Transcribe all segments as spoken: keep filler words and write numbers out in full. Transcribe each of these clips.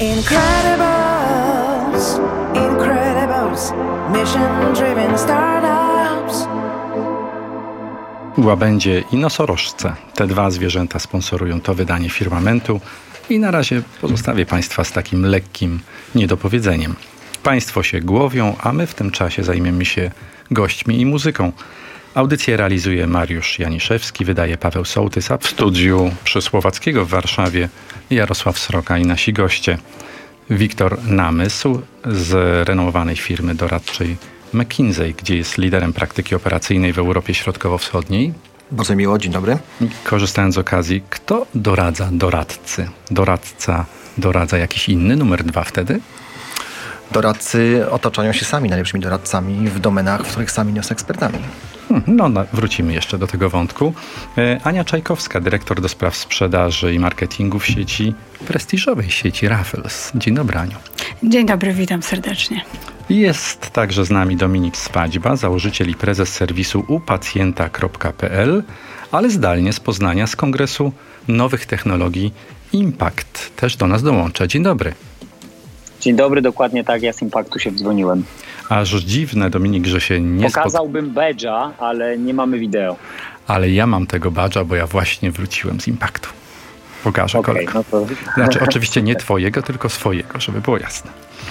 Incredibles, Incredibles, mission-driven startups. Łabędzie i nosorożce. Te dwa zwierzęta sponsorują to wydanie Firmamentu i na razie pozostawię Państwa z takim lekkim niedopowiedzeniem. Państwo się głowią, a my w tym czasie zajmiemy się gośćmi i muzyką. Audycję realizuje Mariusz Janiszewski, wydaje Paweł Sołtys, a w studiu przy Słowackiego w Warszawie Jarosław Sroka i nasi goście. Wiktor Namysł z renomowanej firmy doradczej McKinsey, gdzie jest liderem praktyki operacyjnej w Europie Środkowo-Wschodniej. Bardzo miło, dzień dobry. Korzystając z okazji, kto doradza doradcy? Doradca doradza jakiś inny, numer dwa wtedy? Doradcy otaczają się sami najlepszymi doradcami w domenach, w których sami nie są ekspertami. Hmm, no, no, wrócimy jeszcze do tego wątku. E, Ania Czajkowska, dyrektor do spraw sprzedaży i marketingu w sieci, prestiżowej sieci Raffles. Dzień dobry, Aniu. Dzień dobry, witam serdecznie. Jest także z nami Dominik Swadźba, założyciel i prezes serwisu u pacjenta kropka p l, ale zdalnie z Poznania, z Kongresu Nowych Technologii Impact. Też do nas dołącza. Dzień dobry. Dzień dobry, dokładnie tak, ja z Impactu się wdzwoniłem. Aż dziwne, Dominik, że się nie Pokazałbym badge'a, ale nie mamy wideo. Ale ja mam tego badge'a, bo ja właśnie wróciłem z Impactu. Pokażę okay, kolegom. No to... Znaczy oczywiście nie twojego, tylko swojego, żeby było jasne.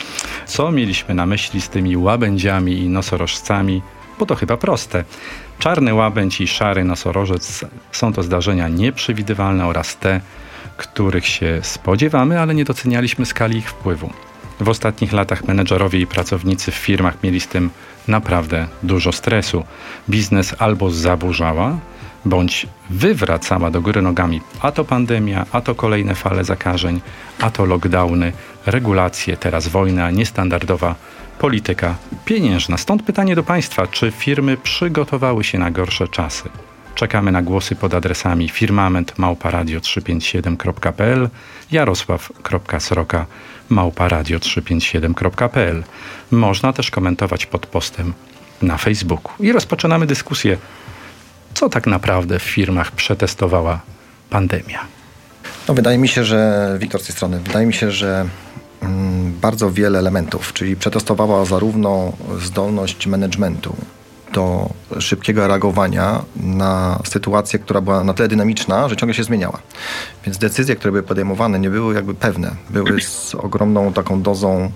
Co mieliśmy na myśli z tymi łabędziami i nosorożcami? Bo to chyba proste. Czarny łabędź i szary nosorożec są to zdarzenia nieprzewidywalne oraz te, których się spodziewamy, ale nie docenialiśmy skali ich wpływu. W ostatnich latach menedżerowie i pracownicy w firmach mieli z tym naprawdę dużo stresu. Biznes albo zaburzała, bądź wywracała do góry nogami a to pandemia, a to kolejne fale zakażeń, a to lockdowny, regulacje, teraz wojna, niestandardowa polityka pieniężna. Stąd pytanie do Państwa, czy firmy przygotowały się na gorsze czasy? Czekamy na głosy pod adresami firmament małpa radio trzysta pięćdziesiąt siedem kropka p l, jarosław.sroka małpa radio trzysta pięćdziesiąt siedem kropka p l. Można też komentować pod postem na Facebooku. I rozpoczynamy dyskusję, co tak naprawdę w firmach przetestowała pandemia. No, wydaje mi się, że, Wiktor z tej strony, wydaje mi się, że mm, bardzo wiele elementów, czyli przetestowała zarówno zdolność managementu do szybkiego reagowania na sytuację, która była na tyle dynamiczna, że ciągle się zmieniała. Więc decyzje, które były podejmowane, nie były jakby pewne. Były z ogromną taką dozą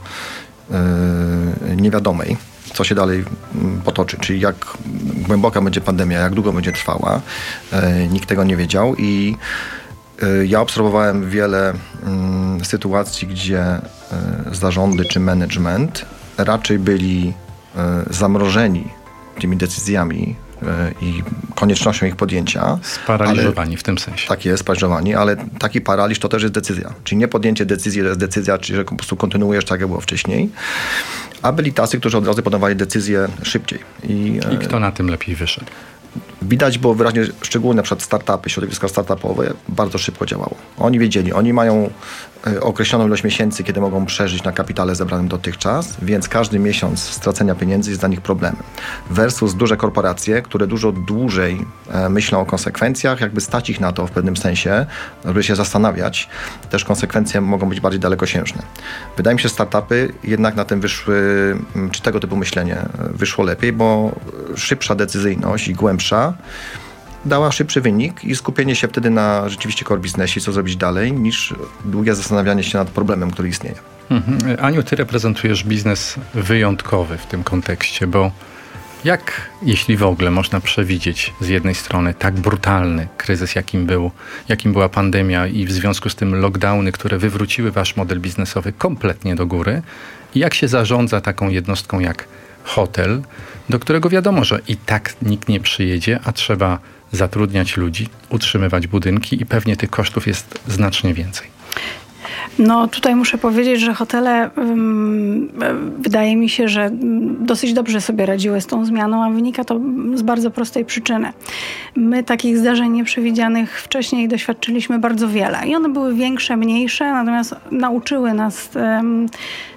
yy, niewiadomej, co się dalej potoczy, czyli jak głęboka będzie pandemia, jak długo będzie trwała. Yy, nikt tego nie wiedział i yy, ja obserwowałem wiele yy, sytuacji, gdzie yy, zarządy czy management raczej byli yy, zamrożeni tymi decyzjami y, i koniecznością ich podjęcia. Sparaliżowani ale, w tym sensie. Tak jest, sparaliżowani, ale taki paraliż to też jest decyzja. Czyli nie podjęcie decyzji to jest decyzja, czyli że po prostu kontynuujesz tak, jak było wcześniej. A byli tacy, którzy od razu podejmowali decyzje szybciej. I, I kto na tym lepiej wyszedł? Widać było wyraźnie, szczególnie na przykład startupy, środowiska startupowe bardzo szybko działało. Oni wiedzieli, oni mają określoną ilość miesięcy, kiedy mogą przeżyć na kapitale zebranym dotychczas, więc każdy miesiąc stracenia pieniędzy jest dla nich problemem. Versus duże korporacje, które dużo dłużej myślą o konsekwencjach, jakby stać ich na to w pewnym sensie, żeby się zastanawiać. Też konsekwencje mogą być bardziej dalekosiężne. Wydaje mi się, że startupy jednak na tym wyszły, czy tego typu myślenie wyszło lepiej, bo szybsza decyzyjność i głębsza dała szybszy wynik i skupienie się wtedy na rzeczywiście core biznesie, co zrobić dalej, niż długie zastanawianie się nad problemem, który istnieje. Mhm. Aniu, ty reprezentujesz biznes wyjątkowy w tym kontekście, bo jak, jeśli w ogóle, można przewidzieć z jednej strony tak brutalny kryzys, jakim był, jakim była pandemia i w związku z tym lockdowny, które wywróciły wasz model biznesowy kompletnie do góry, i jak się zarządza taką jednostką jak hotel, do którego wiadomo, że i tak nikt nie przyjedzie, a trzeba zatrudniać ludzi, utrzymywać budynki i pewnie tych kosztów jest znacznie więcej. No tutaj muszę powiedzieć, że hotele um, wydaje mi się, że dosyć dobrze sobie radziły z tą zmianą, a wynika to z bardzo prostej przyczyny. My takich zdarzeń nieprzewidzianych wcześniej doświadczyliśmy bardzo wiele i one były większe, mniejsze, natomiast nauczyły nas um,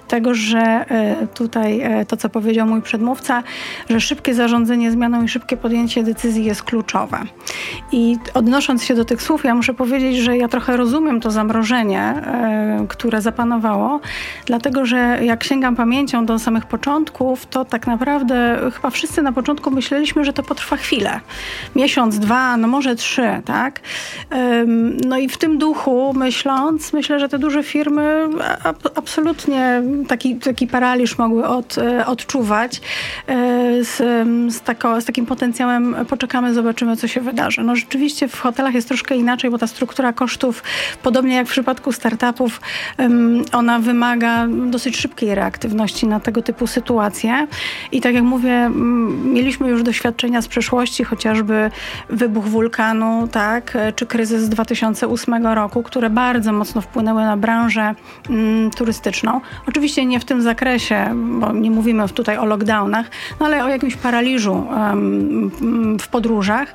tego, że tutaj to, co powiedział mój przedmówca, że szybkie zarządzanie zmianą i szybkie podjęcie decyzji jest kluczowe. I odnosząc się do tych słów, ja muszę powiedzieć, że ja trochę rozumiem to zamrożenie, które zapanowało, dlatego, że jak sięgam pamięcią do samych początków, to tak naprawdę chyba wszyscy na początku myśleliśmy, że to potrwa chwilę. Miesiąc, dwa, no może trzy, tak? No i w tym duchu myśląc, myślę, że te duże firmy absolutnie taki, taki paraliż mogły od, odczuwać z, z, tako, z takim potencjałem poczekamy, zobaczymy, co się wydarzy. No rzeczywiście w hotelach jest troszkę inaczej, bo ta struktura kosztów, podobnie jak w przypadku startupów, ona wymaga dosyć szybkiej reaktywności na tego typu sytuacje. I tak jak mówię, mieliśmy już doświadczenia z przeszłości, chociażby wybuch wulkanu, tak, czy kryzys z dwa tysiące ósmego roku, które bardzo mocno wpłynęły na branżę mm, turystyczną. Oczywiście nie w tym zakresie, bo nie mówimy tutaj o lockdownach, no ale o jakimś paraliżu um, w podróżach.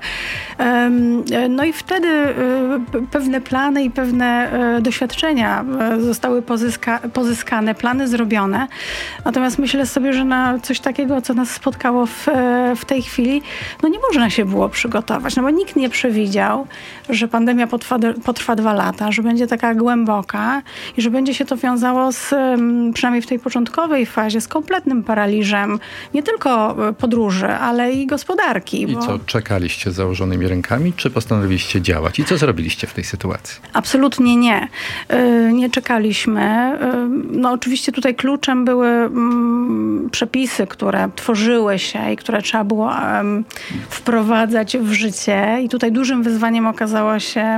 Um, no i wtedy um, pewne plany i pewne um, doświadczenia um, zostały pozyska- pozyskane, plany zrobione. Natomiast myślę sobie, że na coś takiego, co nas spotkało w, w tej chwili, no nie można się było przygotować, no bo nikt nie przewidział, że pandemia potrwa, potrwa dwa lata, że będzie taka głęboka i że będzie się to wiązało z, przynajmniej w tej początkowej fazie, z kompletnym paraliżem nie tylko podróży, ale i gospodarki. I bo... co, czekaliście z założonymi rękami, czy postanowiliście działać? I co zrobiliście w tej sytuacji? Absolutnie nie. Nie czekaliśmy. No oczywiście tutaj kluczem były mm, przepisy, które tworzyły się i które trzeba było um, wprowadzać w życie. I tutaj dużym wyzwaniem okazało się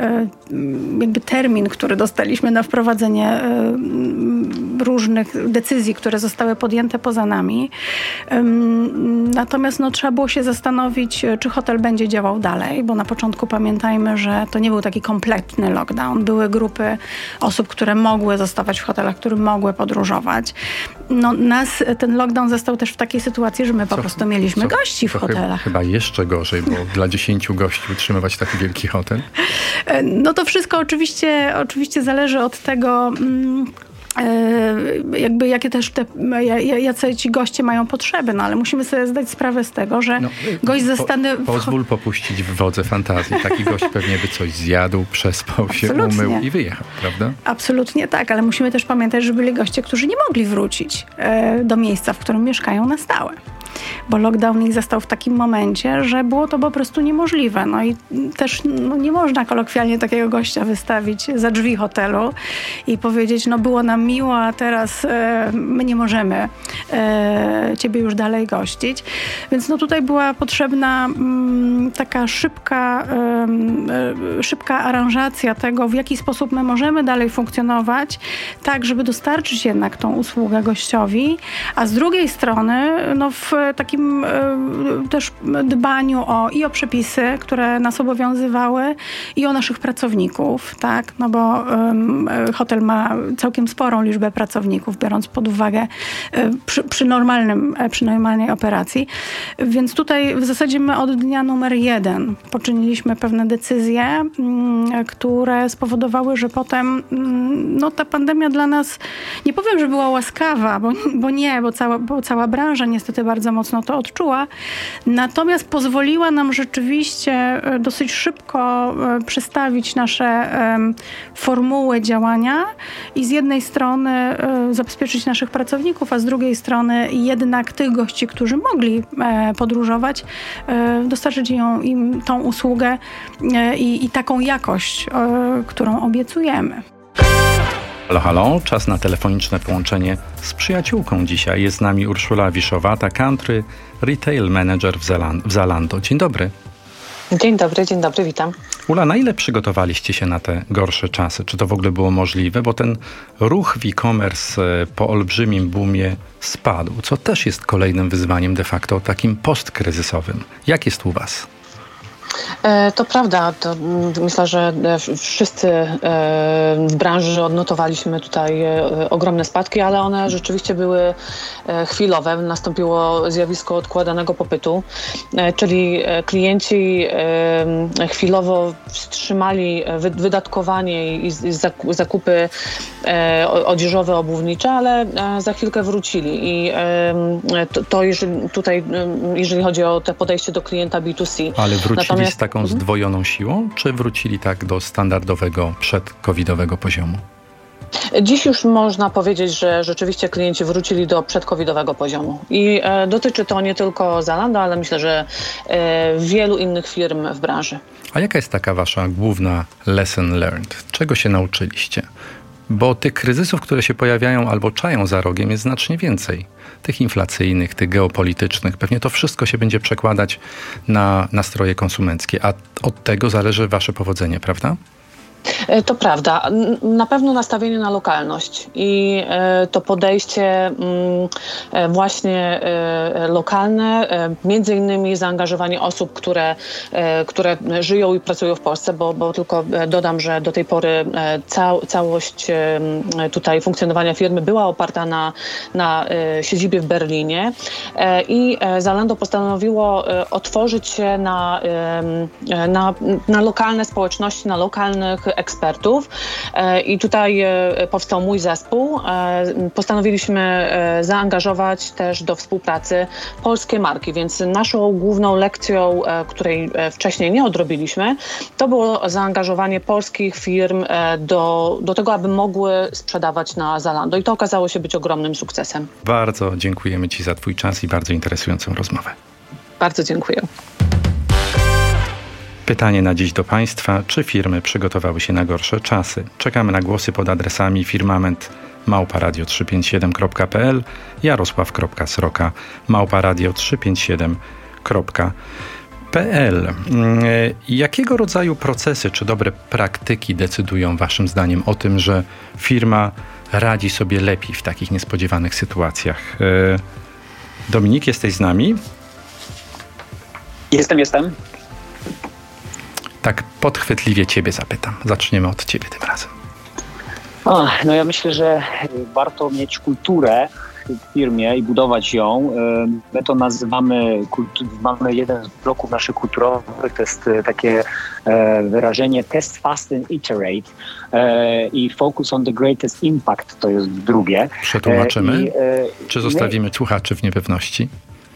um, jakby termin, który dostaliśmy na wprowadzenie um, różnych decyzji, które zostały podjęte poza nami. Um, natomiast no, trzeba było się zastanowić, czy hotel będzie działał dalej, bo na początku pamiętajmy, że to nie był taki kompletny lockdown. Były grupy osób, które mogły zostawać w hotelach, które mogły podróżować. No, nas ten lockdown został też w takiej sytuacji, że my po co, prostu mieliśmy co, gości w hotelach. Chyba jeszcze gorzej, bo dla dziesięciu gości utrzymywać taki wielki hotel. No to wszystko oczywiście, oczywiście zależy od tego, jakby jakie też te, jacy ci goście mają potrzeby, no ale musimy sobie zdać sprawę z tego, że no, gość zastany... Po, pozwól popuścić w wodze fantazji. Taki gość pewnie by coś zjadł, przespał się, Absolutnie. umył i wyjechał, prawda? Absolutnie tak, ale musimy też pamiętać, że byli goście, którzy nie mogli wrócić do miejsca, w którym mieszkają na stałe. Bo lockdown ich zastał w takim momencie, że było to po prostu niemożliwe. No i też no, nie można kolokwialnie takiego gościa wystawić za drzwi hotelu i powiedzieć, no było nam miło, a teraz e, my nie możemy e, ciebie już dalej gościć. Więc no tutaj była potrzebna m, taka szybka, e, szybka aranżacja tego, w jaki sposób my możemy dalej funkcjonować, tak, żeby dostarczyć jednak tą usługę gościowi, a z drugiej strony no w takim y, też dbaniu o, i o przepisy, które nas obowiązywały, i o naszych pracowników, tak? No bo y, hotel ma całkiem sporą liczbę pracowników, biorąc pod uwagę y, przy, przy normalnym, przy normalnej operacji. Więc tutaj w zasadzie my od dnia numer jeden poczyniliśmy pewne decyzje, y, które spowodowały, że potem y, no ta pandemia dla nas, nie powiem, że była łaskawa, bo, bo nie, bo cała, bo cała branża niestety bardzo mocno to odczuła. Natomiast pozwoliła nam rzeczywiście dosyć szybko przestawić nasze formuły działania i z jednej strony zabezpieczyć naszych pracowników, a z drugiej strony jednak tych gości, którzy mogli podróżować, dostarczyć ją, im tą usługę i, i taką jakość, którą obiecujemy. Halo, halo, czas na telefoniczne połączenie z przyjaciółką dzisiaj. Jest z nami Urszula Wiszowata, Country Retail Manager w, Zalan- w Zalando. Dzień dobry. Dzień dobry, dzień dobry, witam. Ula, na ile przygotowaliście się na te gorsze czasy? Czy to w ogóle było możliwe? Bo ten ruch w e-commerce po olbrzymim boomie spadł, co też jest kolejnym wyzwaniem de facto takim postkryzysowym. Jak jest u was? To prawda, to myślę, że wszyscy w branży odnotowaliśmy tutaj ogromne spadki, ale one rzeczywiście były chwilowe. Nastąpiło zjawisko odkładanego popytu, czyli klienci chwilowo wstrzymali wydatkowanie i zakupy odzieżowe, obuwnicze, ale za chwilkę wrócili. I to, to jeżeli, tutaj, jeżeli chodzi o te podejście do klienta B dwa C. Ale wrócili Natomiast... z taką zdwojoną siłą, czy wrócili tak do standardowego, przedcovidowego poziomu? Dziś już można powiedzieć, że rzeczywiście klienci wrócili do przedcovidowego poziomu. I e, dotyczy to nie tylko Zalando, ale myślę, że e, wielu innych firm w branży. A jaka jest taka wasza główna lesson learned? Czego się nauczyliście? Bo tych kryzysów, które się pojawiają albo czają za rogiem, jest znacznie więcej. Tych inflacyjnych, tych geopolitycznych. Pewnie to wszystko się będzie przekładać na nastroje konsumenckie, a od tego zależy wasze powodzenie, prawda? To prawda. Na pewno nastawienie na lokalność i to podejście właśnie lokalne, między innymi zaangażowanie osób, które, które żyją i pracują w Polsce, bo, bo tylko dodam, że do tej pory cał, całość tutaj funkcjonowania firmy była oparta na, na siedzibie w Berlinie i Zalando postanowiło otworzyć się na, na, na lokalne społeczności, na lokalnych ekspertów i tutaj powstał mój zespół. Postanowiliśmy zaangażować też do współpracy polskie marki, więc naszą główną lekcją, której wcześniej nie odrobiliśmy, to było zaangażowanie polskich firm do, do tego, aby mogły sprzedawać na Zalando i to okazało się być ogromnym sukcesem. Bardzo dziękujemy ci za twój czas i bardzo interesującą rozmowę. Bardzo dziękuję. Pytanie na dziś do Państwa. Czy firmy przygotowały się na gorsze czasy? Czekamy na głosy pod adresami firmament małpa radio trzysta pięćdziesiąt siedem kropka p l, jarosław.sroka małpa radio trzysta pięćdziesiąt siedem kropka p l. Jakiego rodzaju procesy czy dobre praktyki decydują Waszym zdaniem o tym, że firma radzi sobie lepiej w takich niespodziewanych sytuacjach? Dominik, jesteś z nami? Jestem, jestem. Tak podchwytliwie ciebie zapytam. Zaczniemy od ciebie tym razem. O, no ja myślę, że warto mieć kulturę w firmie i budować ją. My to nazywamy, mamy jeden z bloków naszych kulturowych, to jest takie wyrażenie test fast and iterate i focus on the greatest impact to jest drugie. Przetłumaczymy? I, Czy zostawimy słuchaczy w niepewności?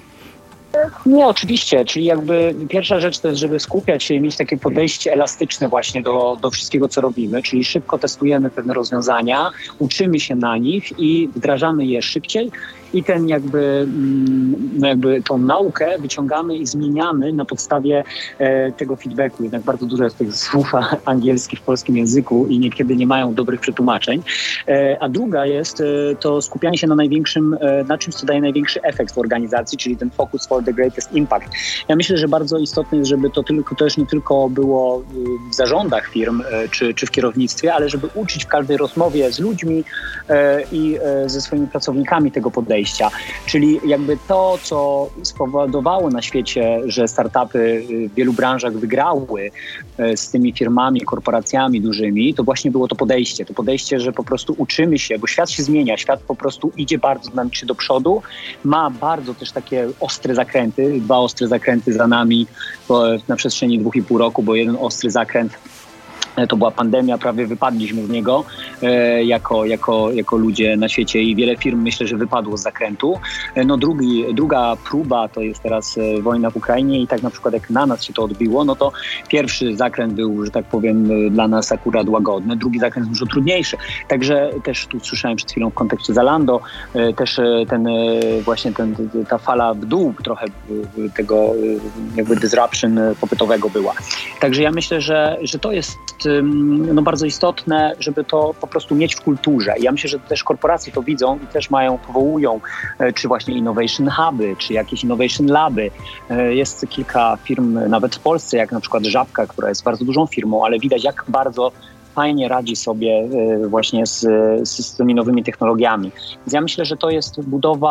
Nie, oczywiście, czyli jakby pierwsza rzecz to jest, żeby skupiać się i mieć takie podejście elastyczne właśnie do, do wszystkiego, co robimy, czyli szybko testujemy pewne rozwiązania, uczymy się na nich i wdrażamy je szybciej i ten jakby, no jakby tą naukę wyciągamy i zmieniamy na podstawie e, tego feedbacku. Jednak bardzo dużo jest tych słów angielskich w polskim języku i niekiedy nie mają dobrych przetłumaczeń. E, a druga jest e, to skupianie się na największym, e, na czymś, co daje największy efekt w organizacji, czyli ten focus for the greatest impact. Ja myślę, że bardzo istotne jest, żeby to tylko, też nie tylko było w zarządach firm e, czy, czy w kierownictwie, ale żeby uczyć w każdej rozmowie z ludźmi e, i e, ze swoimi pracownikami tego podejścia. Czyli jakby to, co spowodowało na świecie, że startupy w wielu branżach wygrały z tymi firmami, korporacjami dużymi, to właśnie było to podejście. To podejście, że po prostu uczymy się, bo świat się zmienia, świat po prostu idzie bardzo dynamicznie do przodu, ma bardzo też takie ostre zakręty, dwa ostre zakręty za nami na przestrzeni dwóch i pół roku, bo jeden ostry zakręt to była pandemia, prawie wypadliśmy z niego e, jako, jako, jako ludzie na świecie i wiele firm myślę, że wypadło z zakrętu. E, no drugi, druga próba to jest teraz e, wojna w Ukrainie i tak na przykład jak na nas się to odbiło, no to pierwszy zakręt był, że tak powiem, dla nas akurat łagodny, drugi zakręt dużo trudniejszy. Także też tu słyszałem przed chwilą w kontekście Zalando, e, też e, ten e, właśnie ten, ta fala w dół trochę e, tego e, jakby disruption popytowego była. Także ja myślę, że, że to jest no bardzo istotne, żeby to po prostu mieć w kulturze. Ja myślę, że też korporacje to widzą i też mają, powołują czy właśnie innovation huby, czy jakieś innovation laby. Jest kilka firm nawet w Polsce, jak na przykład Żabka, która jest bardzo dużą firmą, ale widać jak bardzo fajnie radzi sobie właśnie z, z tymi nowymi technologiami. Więc ja myślę, że to jest budowa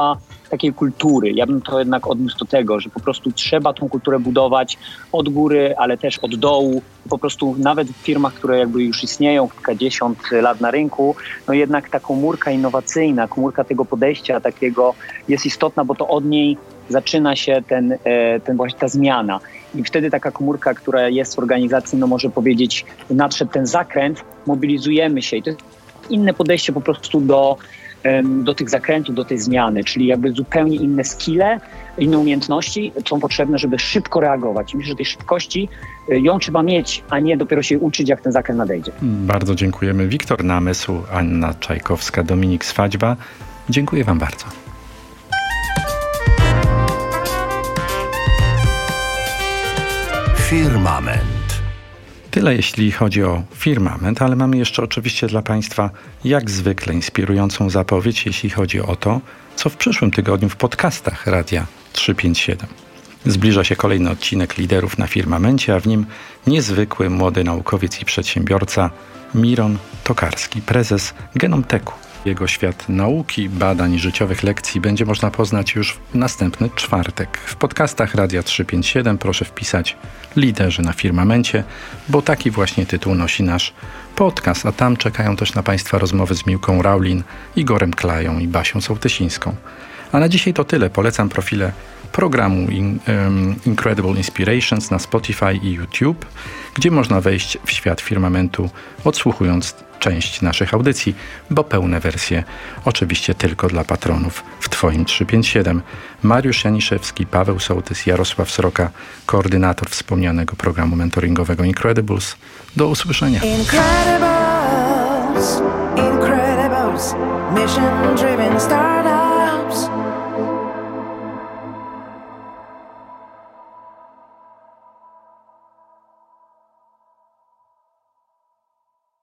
takiej kultury. Ja bym to jednak odniósł do tego, że po prostu trzeba tą kulturę budować od góry, ale też od dołu. Po prostu nawet w firmach, które jakby już istnieją kilkadziesiąt lat na rynku, no jednak ta komórka innowacyjna, komórka tego podejścia takiego jest istotna, bo to od niej zaczyna się ten, ten właśnie ta zmiana. I wtedy taka komórka, która jest w organizacji, no może powiedzieć, nadszedł ten zakręt, mobilizujemy się. I to jest inne podejście po prostu do, do tych zakrętów, do tej zmiany, czyli jakby zupełnie inne skille, inne umiejętności są potrzebne, żeby szybko reagować. I myślę, że tej szybkości ją trzeba mieć, a nie dopiero się uczyć, jak ten zakręt nadejdzie. Bardzo dziękujemy. Wiktor Namysł, Anna Czajkowska, Dominik Swadźba. Dziękuję wam bardzo. Firmament. Tyle jeśli chodzi o firmament, ale mamy jeszcze oczywiście dla Państwa jak zwykle inspirującą zapowiedź, jeśli chodzi o to, co w przyszłym tygodniu w podcastach Radia trzysta pięćdziesiąt siedem. Zbliża się kolejny odcinek Liderów na Firmamencie, a w nim niezwykły młody naukowiec i przedsiębiorca Miron Tokarski, prezes Genomteku. Jego świat nauki, badań, życiowych lekcji będzie można poznać już w następny czwartek. W podcastach Radia trzysta pięćdziesiąt siedem proszę wpisać Liderzy na Firmamencie, bo taki właśnie tytuł nosi nasz podcast, a tam czekają też na Państwa rozmowy z Miłką Raulin, Igorem Klają i Basią Sołtysińską. A na dzisiaj to tyle. Polecam profile programu In, um, Incredible Inspirations na Spotify i YouTube, gdzie można wejść w świat firmamentu, odsłuchując część naszych audycji, bo pełne wersje oczywiście tylko dla patronów w Twoim trzysta pięćdziesiąt siedem. Mariusz Janiszewski, Paweł Sołtys, Jarosław Sroka, koordynator wspomnianego programu mentoringowego Incredibles. Do usłyszenia. Incredibles, Incredibles, mission driven star.